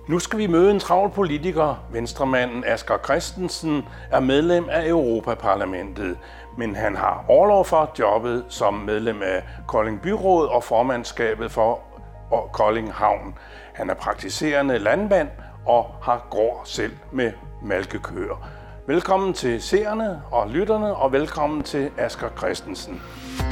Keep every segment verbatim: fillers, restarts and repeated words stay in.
Nu skal vi møde en travl politiker. Venstremanden Asger Christensen er medlem af Europaparlamentet, men han har orlov for jobbet som medlem af Kolding Byråd og formandskabet for Kolding Havn. Han er praktiserende landmand og har gård selv med malkekøer. Velkommen til seerne og lytterne, og velkommen til Asger Christensen.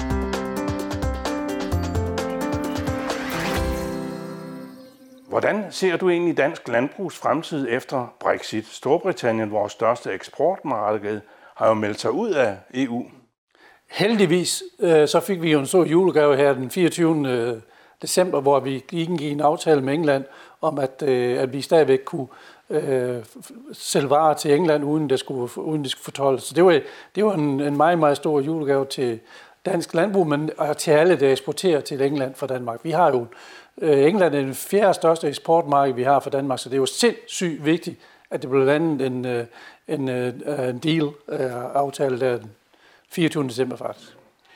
Hvordan ser du egentlig dansk landbrugs fremtid efter Brexit? Storbritannien, vores største eksportmarked, har jo meldt sig ud af E U. Heldigvis så fik vi jo en stor julegave her den fireogtyvende december, hvor vi gik i en aftale med England om, at, at vi stadigvæk kunne øh, sælge varer til England, uden det skulle, uden det skulle fortoldes. Så det var, det var en, en meget, meget stor julegave til dansk landbrug, men til alle, der eksporterer til England fra Danmark. Vi har jo England er den fjerde største eksportmarked, vi har for Danmark, så det er jo sindssygt vigtigt, at det blev landet en, en, en deal-aftale der den fireogtyvende december faktisk.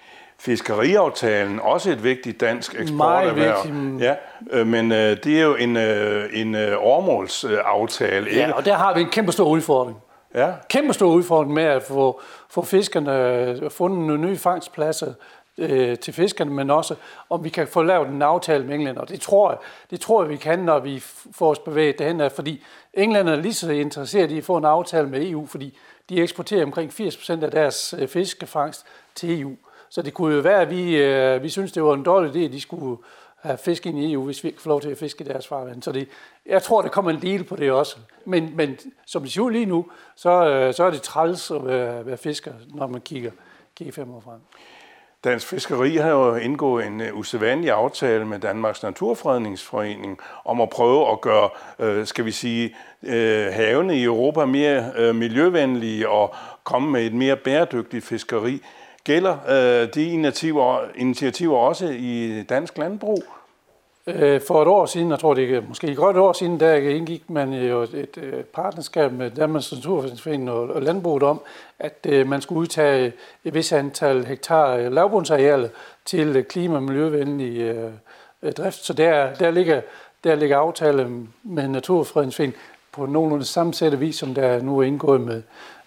Fiskeriaftalen, også et vigtigt dansk eksporterhverv. Ja, men det er jo en, en åremålsaftale. Ja, og der har vi en kæmpe stor udfordring. Ja. Kæmpe stor udfordring med at få, få fiskerne fundet nogle nye fangstpladser til fiskerne, men også om vi kan få lavet en aftale med England, og det tror jeg, det tror jeg vi kan, når vi får os bevæget derhen, fordi England er lige så interesseret i at få en aftale med E U, fordi de eksporterer omkring firs procent af deres fiskefangst til E U. Så det kunne jo være, at vi, vi synes, det var en dårlig idé, at de skulle have fisk ind i E U, hvis vi ikke får lov til at fiske i deres farvand. Så det, jeg tror, der kommer en del på det også. Men, men som det ser ud lige nu, så, så er det træls at være, være fisker, når man kigger, kigger fem år frem. Dansk Fiskeri har jo indgået en usædvanlig aftale med Danmarks Naturfredningsforening om at prøve at gøre, skal vi sige, havene i Europa mere miljøvenlige og komme med et mere bæredygtigt fiskeri. Gælder de initiativer, initiativer også i dansk landbrug? For et år siden, jeg tror det er måske godt et år siden, der indgik man jo et partnerskab med Danmarks Naturfredningsforening og landbruget om, at man skulle udtage et vis antal hektar lavbundsarealer til klima- og miljøvenlig drift. Så der, der, ligger, der ligger aftale med Naturfredningsforeningen på nogenlunde samme sæt vis, som der nu er indgået med,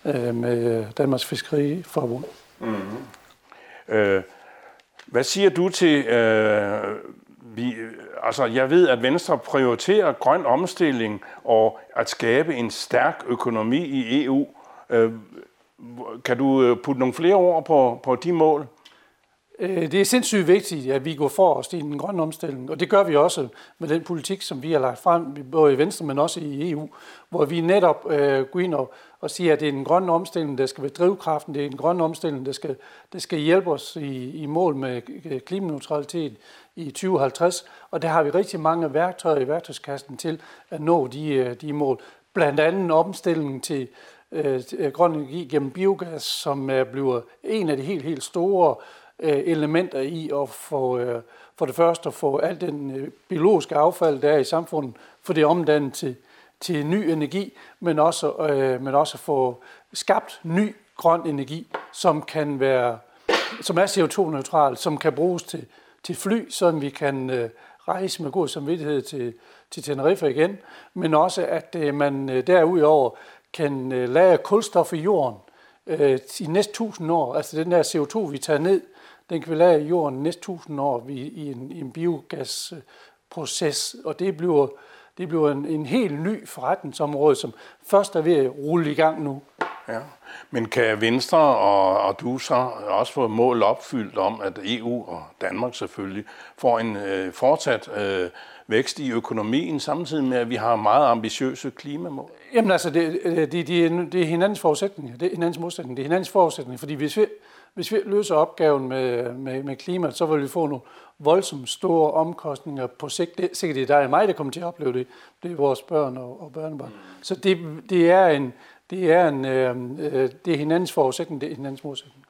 med Danmarks Fiskeriforbund. Mm-hmm. Øh, hvad siger du til... Øh Vi, altså, jeg ved, at Venstre prioriterer grøn omstilling og at skabe en stærk økonomi i E U. Kan du putte nogle flere ord på, på de mål? Det er sindssygt vigtigt, at vi går forrest i den grønne omstilling, og det gør vi også med den politik, som vi har lagt frem, både i Venstre, men også i E U, hvor vi netop øh, går ind og, og siger, at det er den grønne omstilling, der skal være drivkraften, det er den grønne omstilling, der skal, der skal hjælpe os i, i mål med klimaneutralitet i tyve halvtreds, og der har vi rigtig mange værktøjer i værktøjskassen til at nå de, de mål. Blandt andet omstillingen til, øh, til grøn energi gennem biogas, som er bliver en af de helt, helt store elementer i at få, for det første at få alt den biologiske affald, der er i samfundet, for det omdannet til, til ny energi, men også, øh, men også få skabt ny grøn energi, som kan være, som er C O to neutral, som kan bruges til, til fly, så vi kan øh, rejse med god samvittighed til, til Tenerife igen, men også at øh, man øh, derudover kan øh, lagre kulstof i jorden øh, i næste tusind år, altså den der C O to, vi tager ned, den kan vi lagre i jorden næste tusind år i en, i en biogasproces, og det bliver, det bliver en, en helt ny forretningsområde, som først er ved at rulle i gang nu. Ja. Men kan Venstre og, og du så også få mål opfyldt om, at E U og Danmark selvfølgelig får en øh, fortsat øh, vækst i økonomien, samtidig med, at vi har meget ambitiøse klimamål? Jamen altså, det, det, det, det er hinandens forudsætninger, det er hinandens modsætning, det er hinandens forudsætninger, fordi hvis vi Hvis vi løser opgaven med, med, med klimaet, så vil vi få nogle voldsomt store omkostninger på sigt. Det, sikkert det er dig og mig, der kommer til at opleve det. Det er vores børn og, og børnebørn. Mm. Så det, det er en, det er en, øh, det er hinandens forudsætning, det er hinandens modsætning.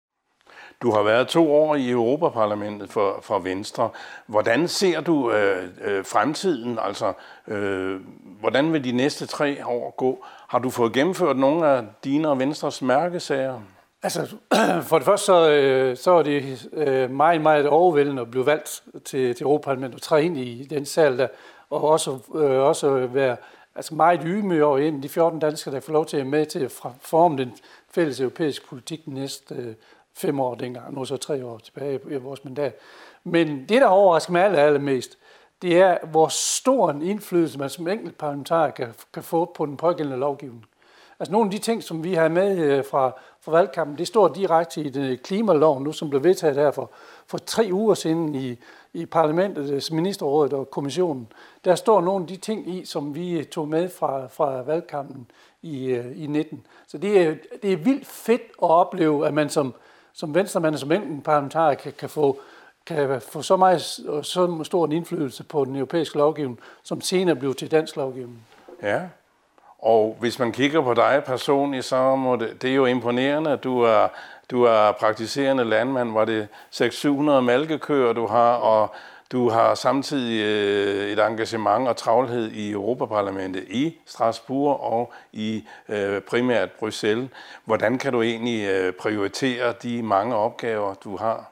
Du har været to år i Europaparlamentet for, for Venstre. Hvordan ser du øh, øh, fremtiden? Altså, øh, hvordan vil de næste tre år gå? Har du fået gennemført nogle af dine og Venstres mærkesager? Altså, for det første, så, så er det meget, meget overvældende at blive valgt til, til Europaparlamentet og træde ind i den sal der. og også, øh, også være altså meget ydmyg over en af de fjorten danskere, der får lov til at med til at forme den fælles europæiske politik de næste øh, fem år dengang, nu så tre år tilbage i vores mandat. Men det, der overrasker mig aller, allermest, det er, hvor stor en indflydelse man som enkelt parlamentariker kan, kan få på den pågældende lovgivning. Altså nogle af de ting, som vi har med fra, fra valgkampen, det står direkte i den klimaloven nu, som blev vedtaget her for, for tre uger siden i, i parlamentet, ministerrådet og kommissionen. Der står nogle af de ting i, som vi tog med fra, fra valgkampen i, i nitten. Så det er, det er vildt fedt at opleve, at man som, som venstremand og som enten parlamentariker kan, kan få kan få så meget så stor en indflydelse på den europæiske lovgivning, som senere blev til dansk lovgivning. Ja, og hvis man kigger på dig personligt, så må det, det er jo imponerende. Du er, du er praktiserende landmand, var det seks til syv hundrede malkekøer, du har, og du har samtidig et engagement og travlhed i Europaparlamentet i Strasbourg og i øh, primært Bruxelles. Hvordan kan du egentlig øh, prioritere de mange opgaver, du har?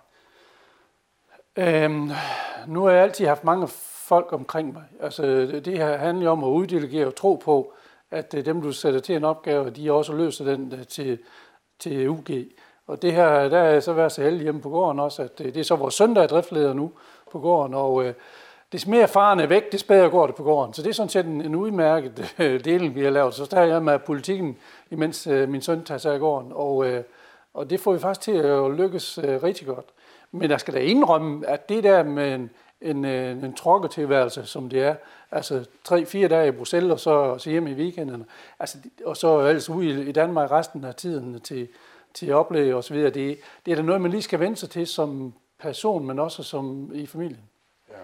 Øhm, nu har jeg altid haft mange folk omkring mig. Altså, det her handler om at uddelegere og tro på, at dem, du sætter til en opgave, de også løser den til, til U G. Og det her, der er så været så heldig hjemme på gården også, at det er så vores søn, der er driftleder nu på gården, og øh, des mere faren er væk, des bedre går det på gården. Så det er sådan set en, en udmærket øh, del, vi har lavet. Så der er jeg med politikken, imens øh, min søn tager sig af gården, og, øh, og det får vi faktisk til at lykkes øh, rigtig godt. Men der skal da indrømme, at det der med en, en, en trokkertilværelse, som det er, altså tre-fire dage i Bruxelles, og så, og så hjem i weekenderne, altså, og så ellers ude i Danmark resten af tiden til, til oplæg og så videre, det, det er da noget, man lige skal vende sig til som person, men også som i familien. Ja.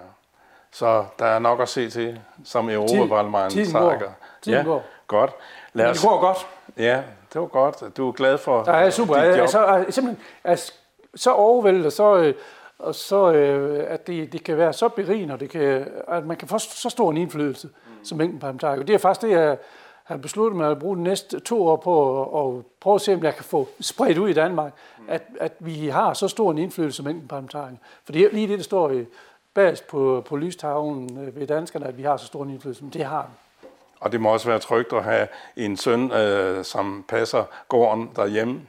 Så der er nok at se til som Europaparlamentariker. Tiden ja, går. Godt. Lad os... Men det går godt. Ja, det var godt. Du er glad for ja, er super. dit job. Altså, altså, simpelthen, altså, så overvældet, og så, og så at det, det kan være så berigende, og det kan, at man kan få så stor en indflydelse mm. som enkelt parlamentariker. Det er faktisk det, jeg har besluttet mig at bruge de næste to år på, og prøve at se, om jeg kan få spredt ud i Danmark, mm. at, at vi har så stor en indflydelse som enkelt parlamentariker. For det er lige det, der står i bagerst på, på lystavlen ved danskerne, at vi har så stor en indflydelse, men det har vi. Og det må også være trygt at have en søn, øh, som passer gården derhjemme.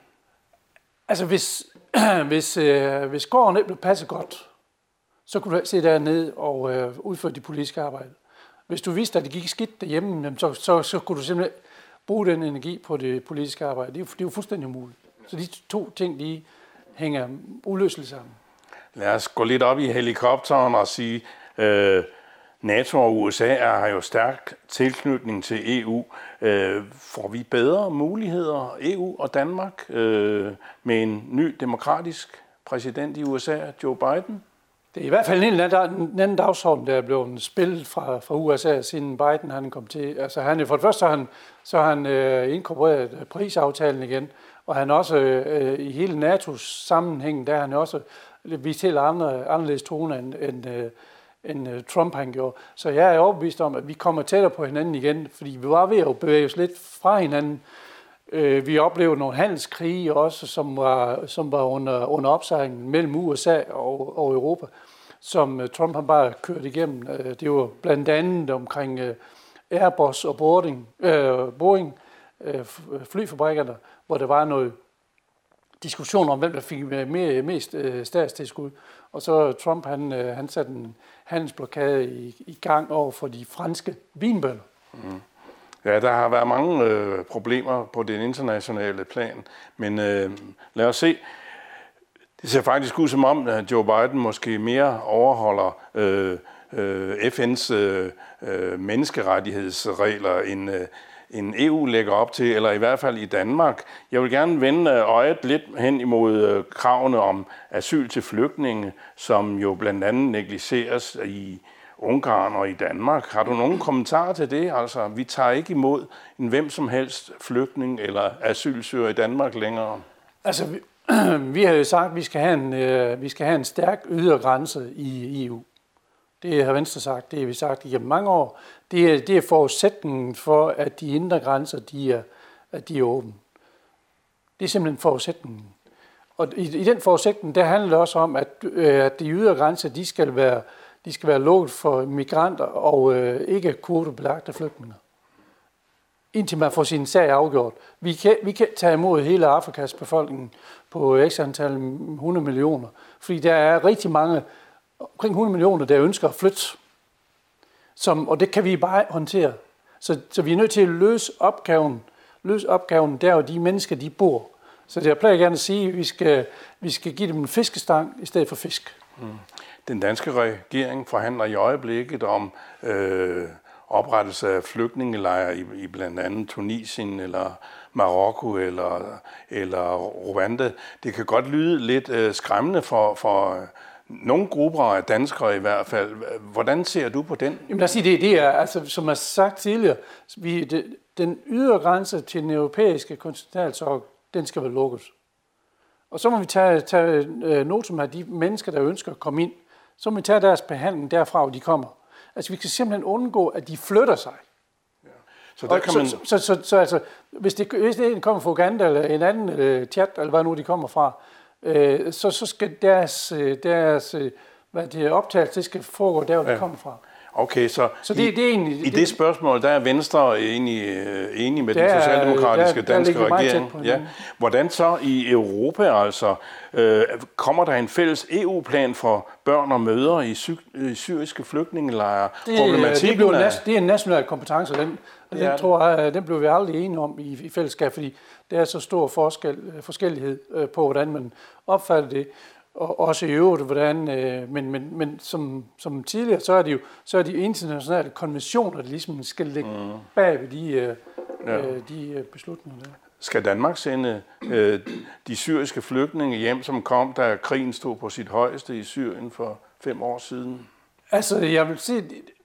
Altså hvis Hvis, øh, hvis gården ikke blev passet godt, så kunne du se dernede og øh, udføre de politiske arbejde. Hvis du vidste, at det gik skidt derhjemme, så, så, så kunne du simpelthen bruge den energi på det politiske arbejde. Det er, det er jo fuldstændig umuligt. Så de to ting, de hænger uløseligt sammen. Lad os gå lidt op i helikopteren og sige, øh, NATO og U S A har jo stærk tilknytning til E U. Øh, får vi bedre muligheder, E U og Danmark, øh, med en ny demokratisk præsident i U S A, Joe Biden? Det er i hvert fald en eller anden dagsorden, der er blevet spillet fra, fra U S A, siden Biden han kom til. Altså han, for det første så har han, så har han øh, inkorporeret Paris-aftalen igen, og han også øh, i hele N A T O's sammenhæng, der har han også vist helt andre, anderledes toner end, end øh, end Trump han gjorde. Så jeg er overbevist om, at vi kommer tættere på hinanden igen, fordi vi var ved at bevæge os lidt fra hinanden. Vi oplevede nogle handelskrige også, som var, som var under, under opsejling mellem U S A og, og Europa, som Trump han bare kørte igennem. Det var blandt andet omkring Airbus og Boeing, øh, Boeing øh, flyfabrikkerne, hvor der var noget diskussion om, hvem der fik mere, mest øh, statstilskud. Og så Trump, han, øh, han satte en handelsblokade i, i gang over for de franske vinbønder. Mm. Ja, der har været mange øh, problemer på den internationale plan, men øh, lad os se. Det ser faktisk ud som om, at Joe Biden måske mere overholder øh, øh, F N's øh, øh, menneskerettighedsregler, end, øh, end E U lægger op til, eller i hvert fald i Danmark. Jeg vil gerne vende øjet lidt hen imod øh, kravene om asyl til flygtninge, som jo blandt andet negligeres i Ungarn og i Danmark. Har du nogen kommentarer til det? Altså, vi tager ikke imod en hvem som helst flygtning eller asylsøger i Danmark længere. Altså, vi, vi har jo sagt, at vi skal have en, øh, vi skal have en stærk ydre grænse i E U. Det har Venstre sagt, det har vi sagt igennem mange år. Det er, det er forudsætningen for, at de indre grænser, de er, at de er åbne. Det er simpelthen forudsætningen. Og i, i den forudsætning, der handler det også om, at, øh, at de ydre grænser, de skal være de skal være lukket for migranter og øh, ikke kvotebelagte flygtninge. Indtil man får sin sag afgjort. Vi kan, vi kan tage imod hele Afrikas befolkning på x antal hundrede millioner, fordi der er rigtig mange, omkring hundrede millioner, der ønsker at flytte. Som, og det kan vi bare håndtere. Så, så vi er nødt til at løse opgaven, løse opgaven der, hvor de mennesker de bor. Så det jeg plejer gerne at sige, at vi skal, vi skal give dem en fiskestang i stedet for fisk. Mm. Den danske regering forhandler i øjeblikket om øh, oprettelse af flygtningelejre i, i blandt andet Tunisien eller Marokko eller, eller Rwanda. Det kan godt lyde lidt øh, skræmmende for, for nogle grupper af danskere i hvert fald. Hvordan ser du på den? Jamen lad os sige, det, det er, altså, som jeg har sagt tidligere, vi, det, den ydre grænse til den europæiske kontinentalsokkel, den skal være lukket. Og så må vi tage, tage øh, notum af de mennesker, der ønsker at komme ind. Så må vi tage deres behandling derfra, hvor de kommer. Altså vi kan simpelthen undgå, at de flytter sig. Ja. Så, der kan man... så, så, så, så, så altså, hvis det, hvis det en kommer fra Uganda eller en anden øh, Tchad, eller hvad nu de kommer fra, øh, så, så skal deres, deres hvad det optagelse, det skal foregå der, hvor ja. de kommer fra. Okay, så, så det, i, det er egentlig, i det, det spørgsmål, der er Venstre egentlig enige med den der, socialdemokratiske der, der danske regering. Ja. Hvordan så i Europa altså? Øh, kommer der en fælles E U-plan for børn og mødre i, sy- i syriske flygtningelejre? Det, det, blev nas- det er en national kompetence, og den, og den tror jeg, den blev vi aldrig enige om i, i fællesskab, fordi der er så stor forskel, forskellighed øh, på, hvordan man opfatter det. Og også i øvrigt, hvordan, øh, men, men, men som, som tidligere, så er det jo så er de internationale konventioner, der ligesom skal ligge mm. bag ved de, øh, ja. øh, de beslutninger der. Skal Danmark sende øh, de syriske flygtninge hjem, som kom, da krigen stod på sit højeste i Syrien for fem år siden? Altså, jeg vil sige,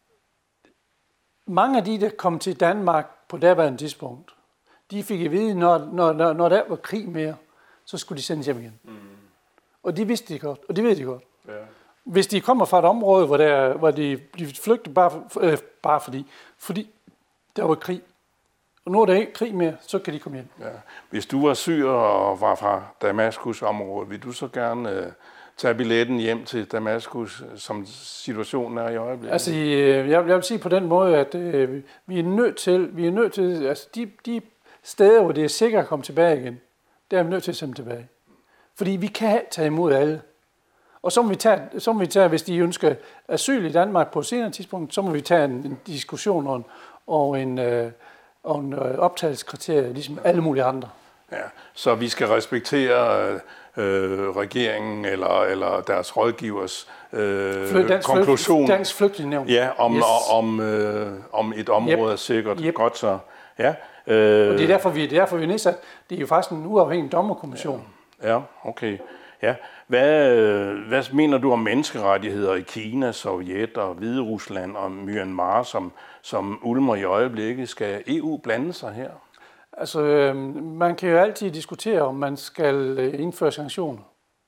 mange af de, der kom til Danmark på daværende tidspunkt, de fik at vide, når, når, når, når der var krig mere, så skulle de sendes hjem igen. Mm. Og det vidste de godt, og det ved de godt. Ja. Hvis de kommer fra et område, hvor, der, hvor de bliver flygtet bare, for, øh, bare fordi, fordi der var krig, og nu er der ikke krig mere, så kan de komme hjem. Ja. Hvis du var syrer og var fra Damaskus-området, vil du så gerne øh, tage billetten hjem til Damaskus, som situationen er i øjeblikket? Altså, jeg, jeg vil sige på den måde, at øh, vi er nødt til, vi er nødt til, altså de, de steder, hvor det er sikkert at komme tilbage igen, der er vi nødt til at sende tilbage. Fordi vi kan tage imod alle. Og så må vi tage, så må vi tage, hvis de ønsker asyl i Danmark på et senere tidspunkt, så må vi tage en, en diskussion og en, og en, øh, og en øh, optagelseskriterie, ligesom alle mulige andre. Ja, så vi skal respektere øh, regeringen eller, eller deres rådgivers øh, Fly, dansk konklusion. Flygt, dansk Flygtningenævn. Ja, om, yes. om, øh, om et område yep. er sikkert. Yep. Godt så. Ja. Øh, og det er derfor, vi, det er derfor, vi er nedsat. Det er jo faktisk en uafhængig dommerkommission. Ja. Ja, okay. Ja. Hvad, hvad mener du om menneskerettigheder i Kina, Sovjet og Hviderusland og Myanmar, som, som ulmer i øjeblikket? Skal E U blande sig her? Altså, øh, man kan jo altid diskutere, om man skal indføre sanktioner.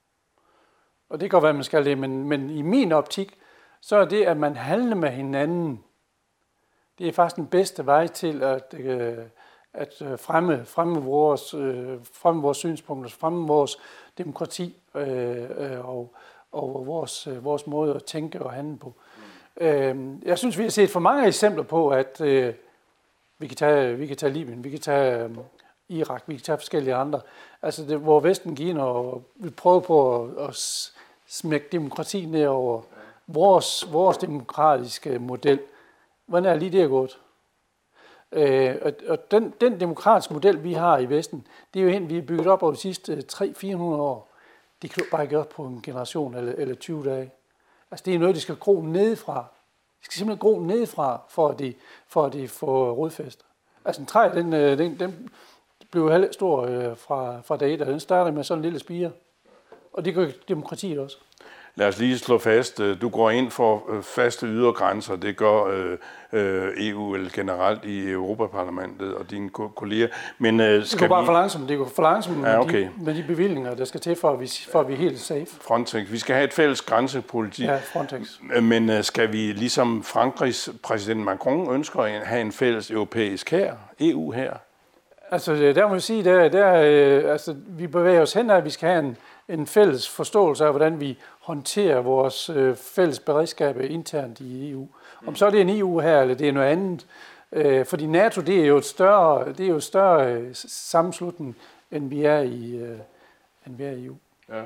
Og det kan være, man skal det, men, men i min optik, så er det, at man handler med hinanden, det er faktisk den bedste vej til at... Øh, at fremme, fremme, vores, øh, fremme vores synspunkter, fremme vores demokrati øh, og, og vores, øh, vores måde at tænke og handle på. Mm. Øh, jeg synes, vi har set for mange eksempler på, at øh, vi, kan tage, vi kan tage Libyen, vi kan tage øh, Irak, vi kan tage forskellige andre. Altså, det, hvor Vesten gik ind og vi prøvede på at, at smække demokrati ned over vores, vores demokratiske model. Hvordan er lige det gået? Øh, og og den, den demokratiske model, vi har i Vesten, det er jo en, vi har bygget op over de sidste tre til fire hundrede år. Det kan du bare gøre på en generation eller, eller tyve dage. Altså det er noget, de skal gro nedefra. De skal simpelthen gro nedefra, for at de, for at de får rodfæster. Altså en træ, den, den, den blev heller stor fra, fra dag et, og den starter med sådan en lille spire. Og det gør demokratiet også. Lad os lige slå fast, du går ind for faste ydre grænser, det gør øh, E U eller generelt i Europaparlamentet og dine kolleger. Men, øh, skal det går bare vi... for langsomt, det går for langsomt med, ja, okay. de, med de bevillinger, der skal til, for at vi, for at vi er helt safe. Frontex. Vi skal have et fælles grænsepolitik. Ja, Frontex. Men øh, skal vi, ligesom Frankrigs præsident Macron ønsker at have en fælles europæisk hær, E U her? Altså, der må jeg sige, der, der, altså, vi bevæger os hen, at vi skal have en, en fælles forståelse af, hvordan vi håndterer vores øh, fælles beredskab internt i E U. Om så er det en E U her, eller det er noget andet. Øh, fordi NATO, det er jo et større, det er jo et større øh, sammenslutning, end vi er i, øh, end vi er i E U. Ja.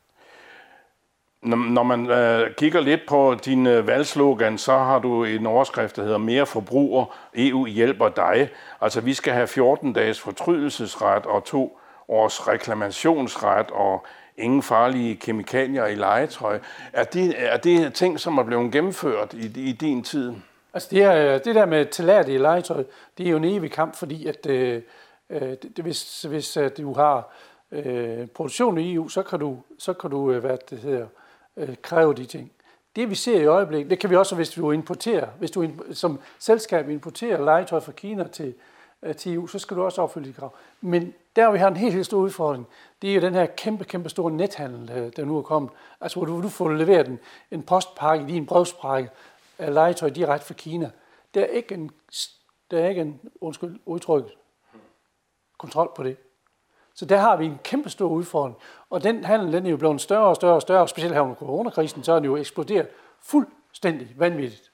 Når, når man øh, kigger lidt på din øh, valgslogan, så har du en overskrift, der hedder mere forbruger, E U hjælper dig. Altså vi skal have fjorten dages fortrydelsesret og to års reklamationsret og ingen farlige kemikalier i legetøj. Er det, er det ting, som er blevet gennemført i, i din tid? Altså det, er, det der med tilladte i legetøj, det er jo en evig kamp, fordi at, øh, det, det, hvis, hvis at du har øh, produktion i E U, så kan du, så kan du hvad det hedder, øh, kræve de ting. Det vi ser i øjeblikket, det kan vi også, hvis du importerer, hvis du som selskab importerer legetøj fra Kina til, øh, til E U, så skal du også opfylde de krav. Men der vi har en helt, helt stor udfordring, det er jo den her kæmpe, kæmpe store nethandel, der nu er kommet. Altså hvor du, du får leveret en, en postpakke, din brevsprække af legetøj direkte fra Kina. Der er ikke en, der er ikke en undskyld, udtryk kontrol på det. Så der har vi en kæmpe stor udfordring. Og den handel, den er jo blevet større og større og større, og specielt her under coronakrisen, så er den jo eksploderet fuldstændig vanvittigt.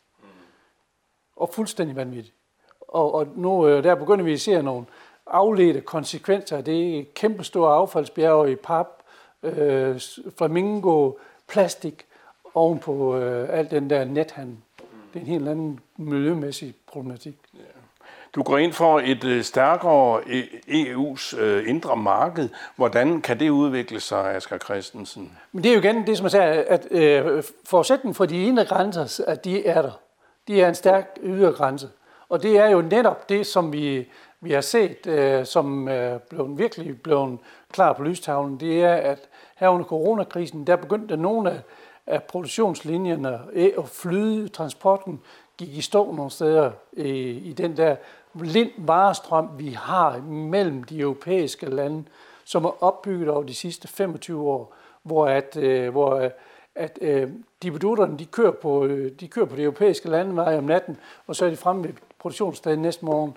Og fuldstændig vanvittigt. Og, og nu der begynder vi at se nogle afledte konsekvenser. Det er kæmpe store affaldsbjerge i pap, øh, flamingo, plastik, ovenpå øh, al den der nethandel. Det er en helt anden miljømæssig problematik. Ja. Du går ind for et øh, stærkere E U's øh, indre marked. Hvordan kan det udvikle sig, Asger Christensen? Men det er jo igen det, som jeg sagde, at øh, forudsætningen for de indre grænser, at de er der. De er en stærk ydre grænse. Og det er jo netop det, som vi, vi har set, øh, som er blevet, virkelig blevet klar på lystavlen. Det er, at her under coronakrisen, der begyndte nogle af, af produktionslinjerne og flyde, transporten gik i stå nogle steder i, i den der lind varestrøm, vi har mellem de europæiske lande, som er opbygget over de sidste femogtyve år, hvor at, øh, hvor, at øh, distributorerne, de kører på de kører på de europæiske landeveje om natten, og så er de fremme ved produktionsstedet næste morgen.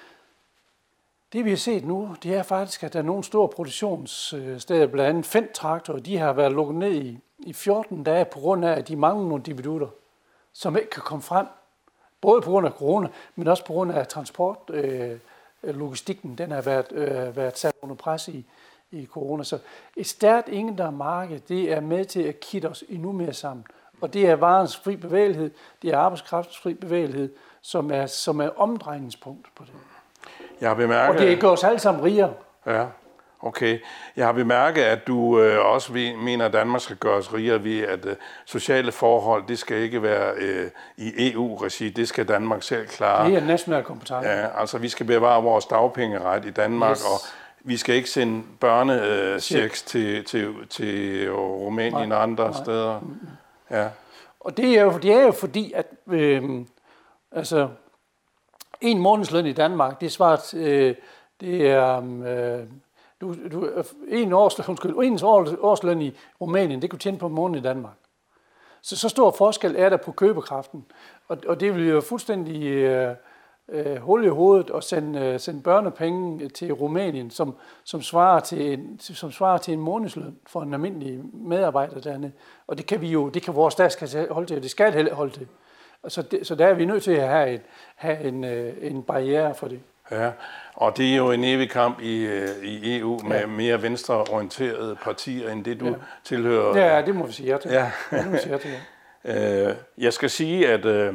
Det vi har set nu, det er faktisk, at der er nogle store produktionssteder, blandt andet Fendt-traktorer, de har været lukket ned i, i fjorten dage på grund af, at de mangler nogle distributorer, som ikke kan komme frem. Både på grund af corona, men også på grund af transport. Øh, logistikken, den har været, øh, været sat under pres i, i corona. Så et stærkt indre marked, det er med til at kitte os endnu mere sammen. Og det er varens fri bevægelighed, det er arbejdskraftens fri bevægelighed, som er, som er omdrejningspunkt på det. Jeg har bemærket, og det gør os alle sammen rigere. Ja, okay. Jeg har bemærket, at du øh, også mener, at Danmark skal gøres rigere ved, at øh, sociale forhold, det skal ikke være øh, i E U-regi, det skal Danmark selv klare. Det er en national kompetence. Ja, altså vi skal bevare vores dagpengeret i Danmark, yes. Og vi skal ikke sende børnechecks til, til, til Rumænien og andre nej. steder. Ja. Og det er, jo, det er jo fordi, at øh, altså, en månedsløn i Danmark, det svaret, øh, det er øh, du, du, en, års, undskyld, en årsløn i Rumænien, det kunne tjene på en måned i Danmark. Så så stor forskel er der på købekraften, og, og det vil jo fuldstændig øh, øh, hul i hovedet at sende, øh, sende børnepenge til Rumænien, som, som, svarer til en, som svarer til en månedsløn for en almindelig medarbejder dernede. Og det kan vi jo, det kan vores statskasse holde til, og det skal heller holde til. Så, det, så der er vi nødt til at have en, have en, en barriere for det. Ja, og det er jo en evig kamp i, i E U med ja. mere venstreorienterede partier, end det du ja. tilhører. Ja, det må vi sige ja til. Ja. Ja, det må vi sige ja til, ja. Jeg skal sige, at øh,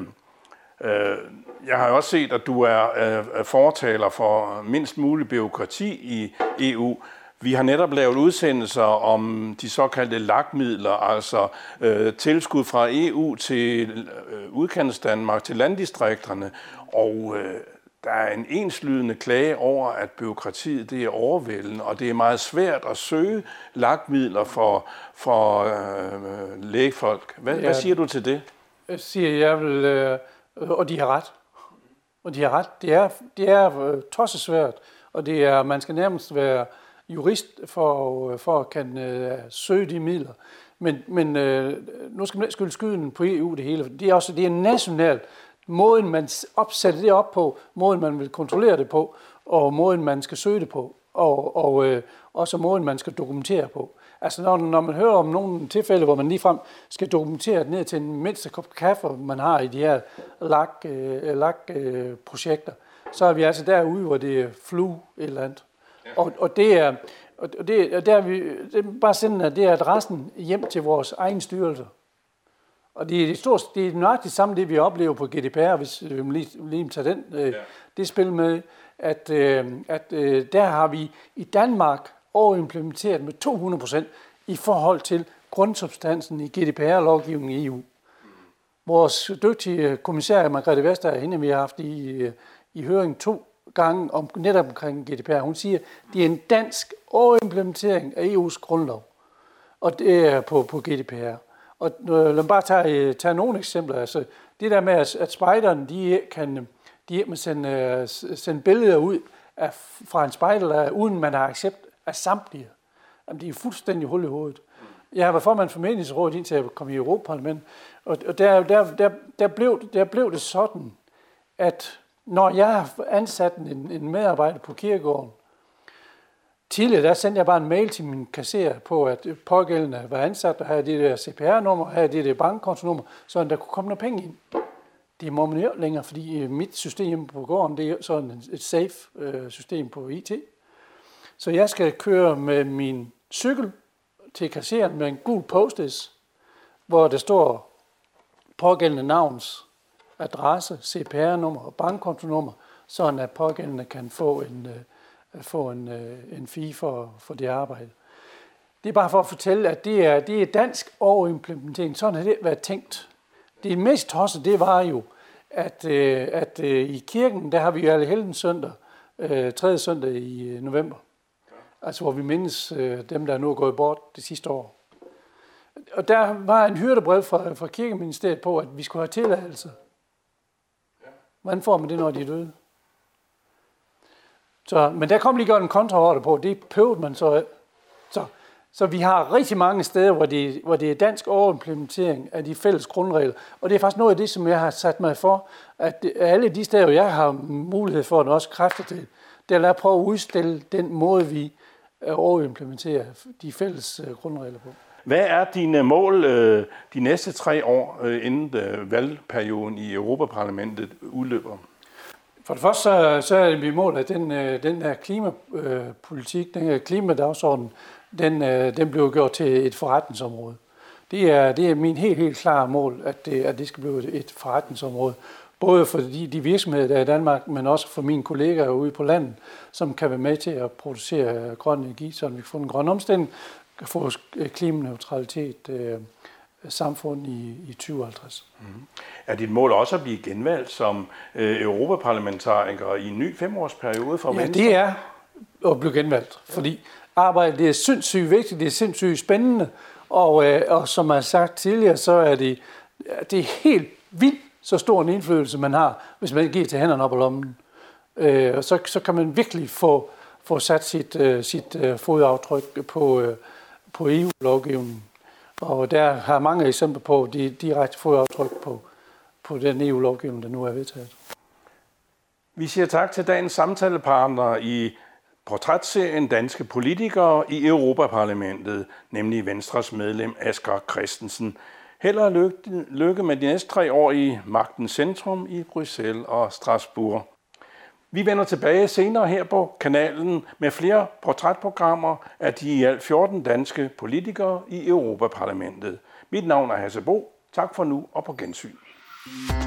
jeg har også set, at du er øh, fortaler for mindst mulig bureaukrati i E U. Vi har netop lavet udsendelser om de såkaldte L A C-midler, altså øh, tilskud fra E U til øh, udkantsdanmark, til landdistrikterne, og øh, der er en enslydende klage over, at bureaukratiet det er overvældende, og det er meget svært at søge L A C-midler for, for øh, lægefolk. Hvad, ja, hvad siger du til det? Jeg siger, jeg vil, øh, og de har ret. Og de har ret. Det er, det er øh, tossesvært, og det er, man skal nærmest være jurist for, for at kan øh, søge de midler. Men, men øh, nu skal man ikke skylde skylden på E U det hele. Det er også det er nationalt. måden man opsætter det op på, måden man vil kontrollere det på, og måden man skal søge det på, og, og øh, også måden man skal dokumentere på. Altså når, når man hører om nogle tilfælde, hvor man ligefrem skal dokumentere det ned til en mindste kop kaffe, man har i de her L A C-projekter, øh, så er vi altså derude, hvor det er flu et eller andet. Og, og det er, og det, og der er vi, det er bare sådan, at det er adressen hjem til vores egen styrelse. Og det er det, stort, det er nøjagtigt samme det, vi oplever på G D P R, hvis vi lige, lige tager den, øh, ja. det spil med, at, øh, at øh, der har vi i Danmark overimplementeret med to hundrede procent i forhold til grundsubstansen i G D P R-lovgivningen i E U. Vores dygtige kommissær, Margrethe Vestager, hende vi har haft i, i høring to gange om, netop omkring G D P R, hun siger, at det er en dansk overimplementering af E U's grundlov, og det er på, på G D P R. Og lad mig bare tage, tage nogle eksempler. Altså, det der med, at, at spejderne, de kan, de kan sende, sende billeder ud af, fra en spejder, uden man har accept af samtlige. Jamen, de er fuldstændig hul i hovedet. Jeg har været formand for menighedsrådet indtil jeg kom i Europaparlamentet, og, og der, der, der, der, blev, der blev det sådan, at når jeg har ansat en, en medarbejder på kirkegården, tidligere der sendte jeg bare en mail til min kasserer på, at pågældende var ansat, og havde det der C P R-nummer, havde det der bankkontonummer, så der kunne komme noget penge ind. Det må man jo længere, fordi mit system på gården, det er sådan et safe-system på I T. Så jeg skal køre med min cykel til kasseren med en gul post-it, hvor der står pågældende navns, adresse, C P R-nummer og bankkontonummer, sådan at pågældende kan få en, uh, få en, uh, en fee for, for det arbejde. Det er bare for at fortælle, at det er, det er dansk overimplementering. Sådan har det været tænkt. Det mest tosset, det var jo, at, uh, at uh, i kirken, der har vi jo Allehelgens søndag, uh, tredje søndag i november. Altså hvor vi mindes uh, dem, der nu er gået bort det sidste år. Og der var en hyrdebrev fra, fra Kirkeministeriet på, at vi skulle have tilladelse. Hvordan får man det, når de er døde? Så, men der kom lige godt en kontraordre på, det pøvede man så. Så, så vi har rigtig mange steder, hvor det, hvor det er dansk overimplementering af de fælles grundregler. Og det er faktisk noget af det, som jeg har sat mig for, at alle de steder, jeg har mulighed for at også kræfter til, det er at prøve at udstille den måde, vi overimplementerer de fælles grundregler på. Hvad er dine mål øh, de næste tre år, øh, inden øh, valgperioden i Europaparlamentet udløber? For det første så, så er det mit mål, at den, øh, den her klimapolitik, øh, den her klimadagsorden, den, øh, den bliver gjort til et forretningsområde. Det er, det er min helt, helt klare mål, at det, at det skal blive et forretningsområde. Både for de, de virksomheder, der er i Danmark, men også for mine kollegaer ude på landet, som kan være med til at producere grøn energi, så vi kan få en grøn omstilling, kan få klimaneutralitet øh, samfund i, i tyve halvtreds. Mm-hmm. Er dit mål også at blive genvalgt som øh, europaparlamentariker i en ny femårsperiode for Venstre? Ja, det er at blive genvalgt, fordi arbejdet det er sindssygt vigtigt, det er sindssygt spændende, og, øh, og som jeg har sagt tidligere, så er det, det er helt vildt så stor en indflydelse, man har, hvis man giver til hænderne op ad lommen. Øh, og så, så kan man virkelig få, få sat sit, øh, sit øh, fodaftryk på, øh, på E U-lovgivningen. Og der har mange eksempler på de direkte fodaftryk på, på den E U-lovgivning, der nu er vedtaget. Vi siger tak til dagens samtalepartner i portrætserien Danske Politikere i Europaparlamentet, nemlig Venstres medlem Asger Christensen. Held og lykke, lykke med de næste tre år i magtens centrum i Bruxelles og Strasbourg. Vi vender tilbage senere her på kanalen med flere portrætprogrammer af de i alt fjorten danske politikere i Europaparlamentet. Mit navn er Hasse Bo. Tak for nu og på gensyn.